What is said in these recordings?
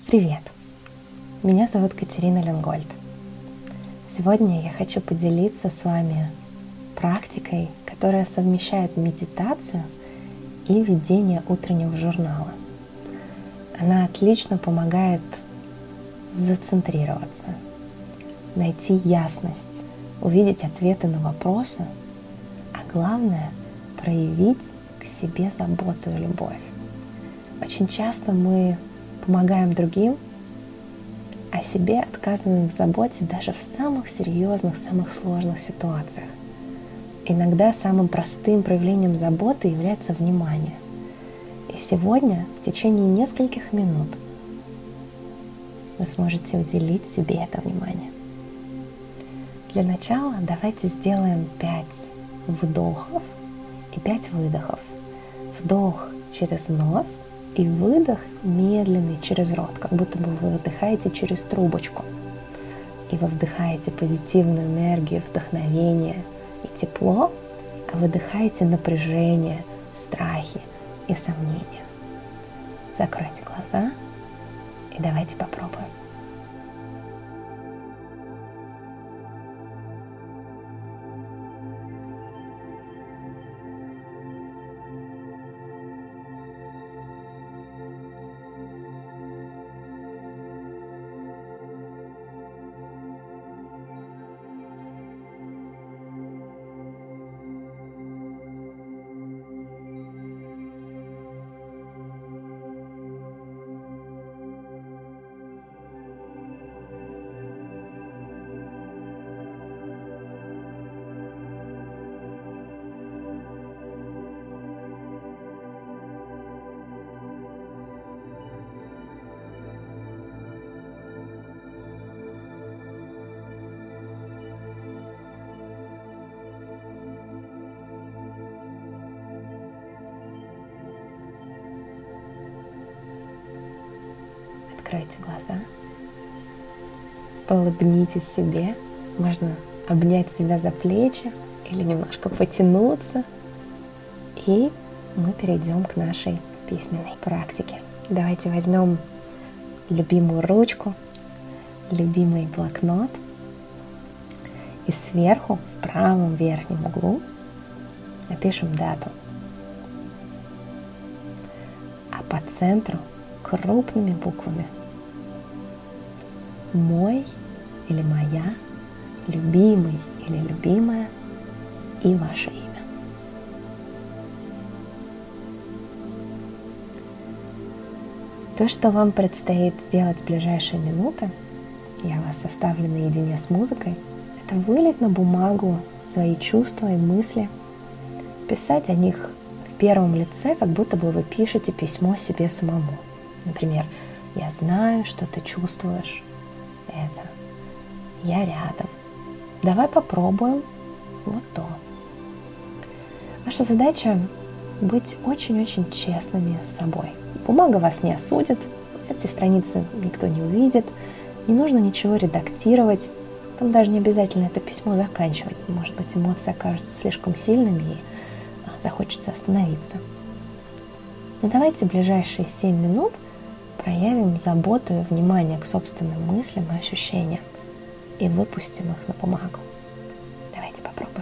Привет! Меня зовут Катерина Ленгольд. Сегодня я хочу поделиться с вами практикой, которая совмещает медитацию и ведение утреннего журнала. Она отлично помогает зацентрироваться, найти ясность, увидеть ответы на вопросы, а главное — проявить к себе заботу и любовь. Очень часто мы помогаем другим, а себе отказываем в заботе даже в самых серьезных, самых сложных ситуациях. Иногда самым простым проявлением заботы является внимание. И сегодня, в течение нескольких минут, вы сможете уделить себе это внимание. Для начала давайте сделаем 5 вдохов и 5 выдохов. Вдох через нос и выдох медленный через рот, как будто бы вы выдыхаете через трубочку. И вы вдыхаете позитивную энергию, вдохновение и тепло, а выдыхаете напряжение, страхи и сомнения. Закройте глаза и давайте попробуем. Откройте глаза, улыбнитесь себе, можно обнять себя за плечи или немножко потянуться, и мы перейдем к нашей письменной практике. Давайте возьмем любимую ручку, любимый блокнот и сверху в правом верхнем углу напишем дату, а по центру крупными буквами мой или моя, любимый или любимая и ваше имя. То, что вам предстоит сделать в ближайшие минуты, я вас оставлю наедине с музыкой, это вылить на бумагу свои чувства и мысли, писать о них в первом лице, как будто бы вы пишете письмо себе самому. Например, «Я знаю, что ты чувствуешь это. Я рядом. Давай попробуем вот то». Ваша задача — быть очень-очень честными с собой. Бумага вас не осудит, эти страницы никто не увидит, не нужно ничего редактировать, там даже не обязательно это письмо заканчивать. Может быть, эмоции окажутся слишком сильными и захочется остановиться. Но давайте в ближайшие 7 минут проявим заботу и внимание к собственным мыслям и ощущениям и выпустим их на бумагу. Давайте попробуем.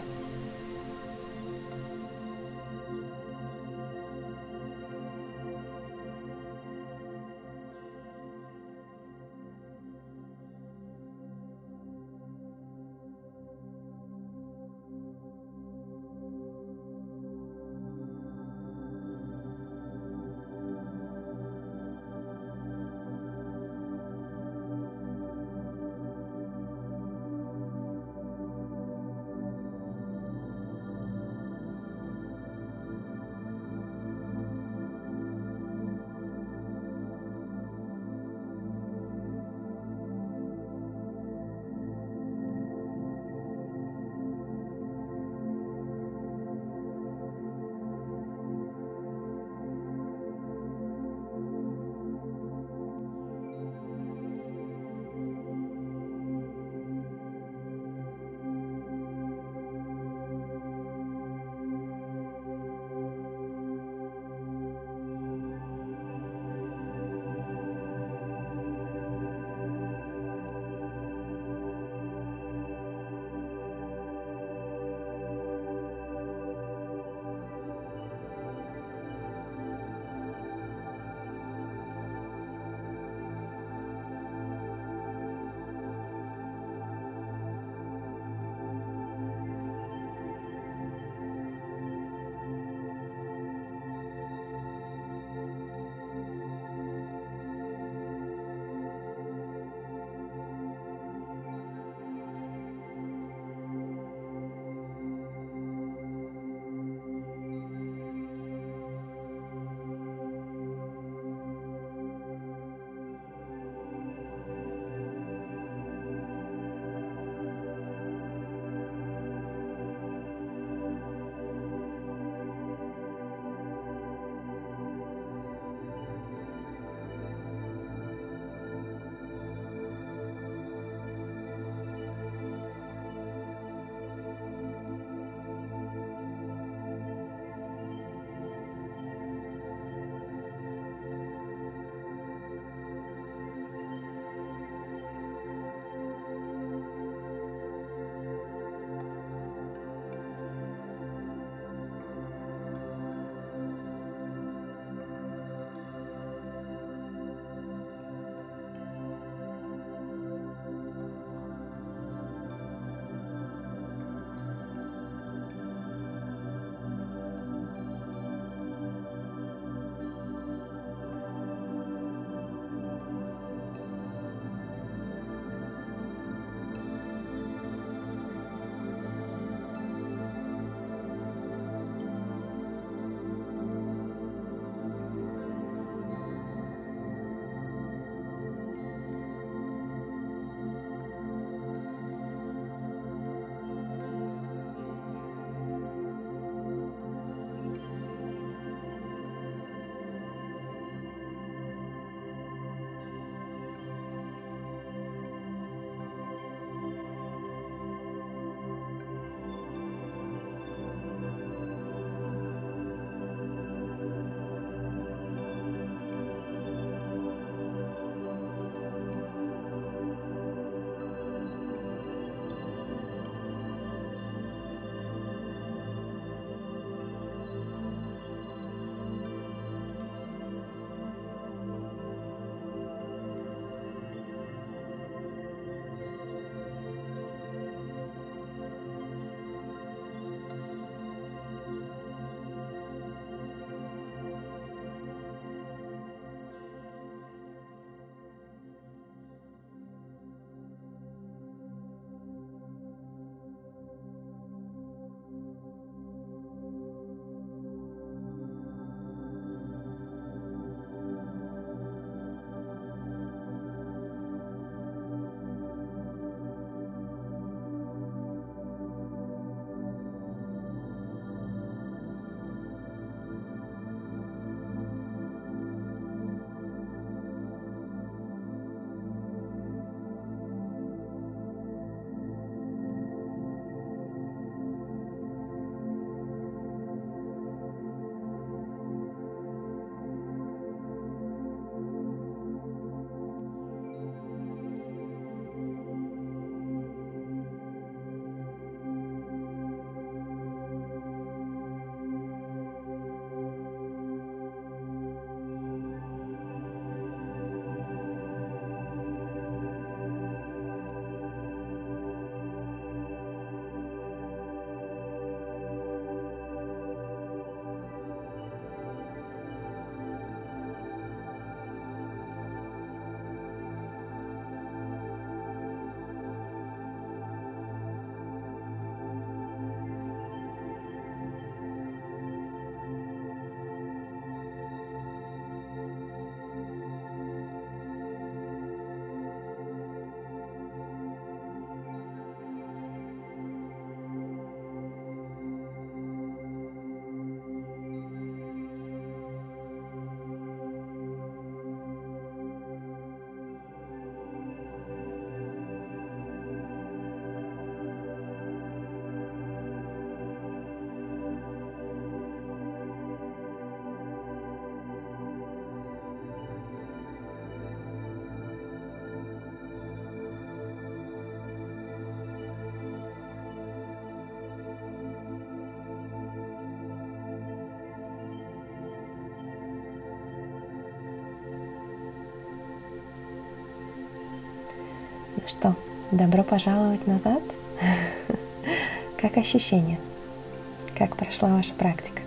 Что, добро пожаловать назад? Как ощущения? Как прошла ваша практика?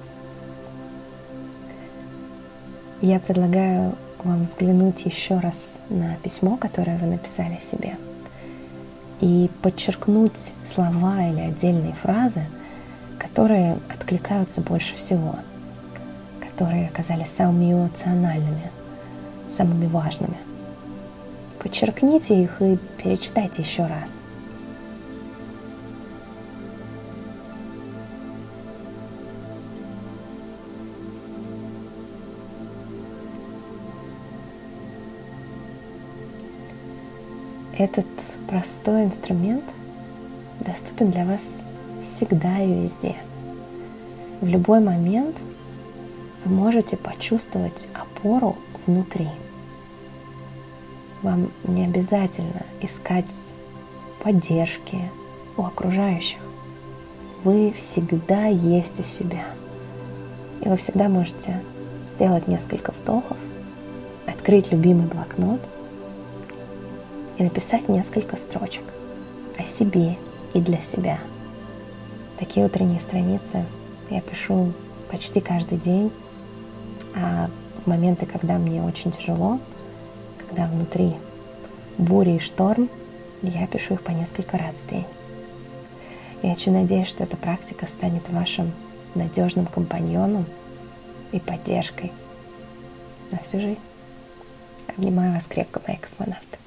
Я предлагаю вам взглянуть еще раз на письмо, которое вы написали себе, и подчеркнуть слова или отдельные фразы, которые откликаются больше всего, которые оказались самыми эмоциональными, самыми важными. Подчеркните их и перечитайте еще раз. Этот простой инструмент доступен для вас всегда и везде. В любой момент вы можете почувствовать опору внутри. Вам не обязательно искать поддержки у окружающих. Вы всегда есть у себя. И вы всегда можете сделать несколько вдохов, открыть любимый блокнот и написать несколько строчек о себе и для себя. Такие утренние страницы я пишу почти каждый день, а в моменты, когда мне очень тяжело, когда внутри буря и шторм, я пишу их по несколько раз в день. Я очень надеюсь, что эта практика станет вашим надежным компаньоном и поддержкой на всю жизнь. Обнимаю вас крепко, мои космонавты.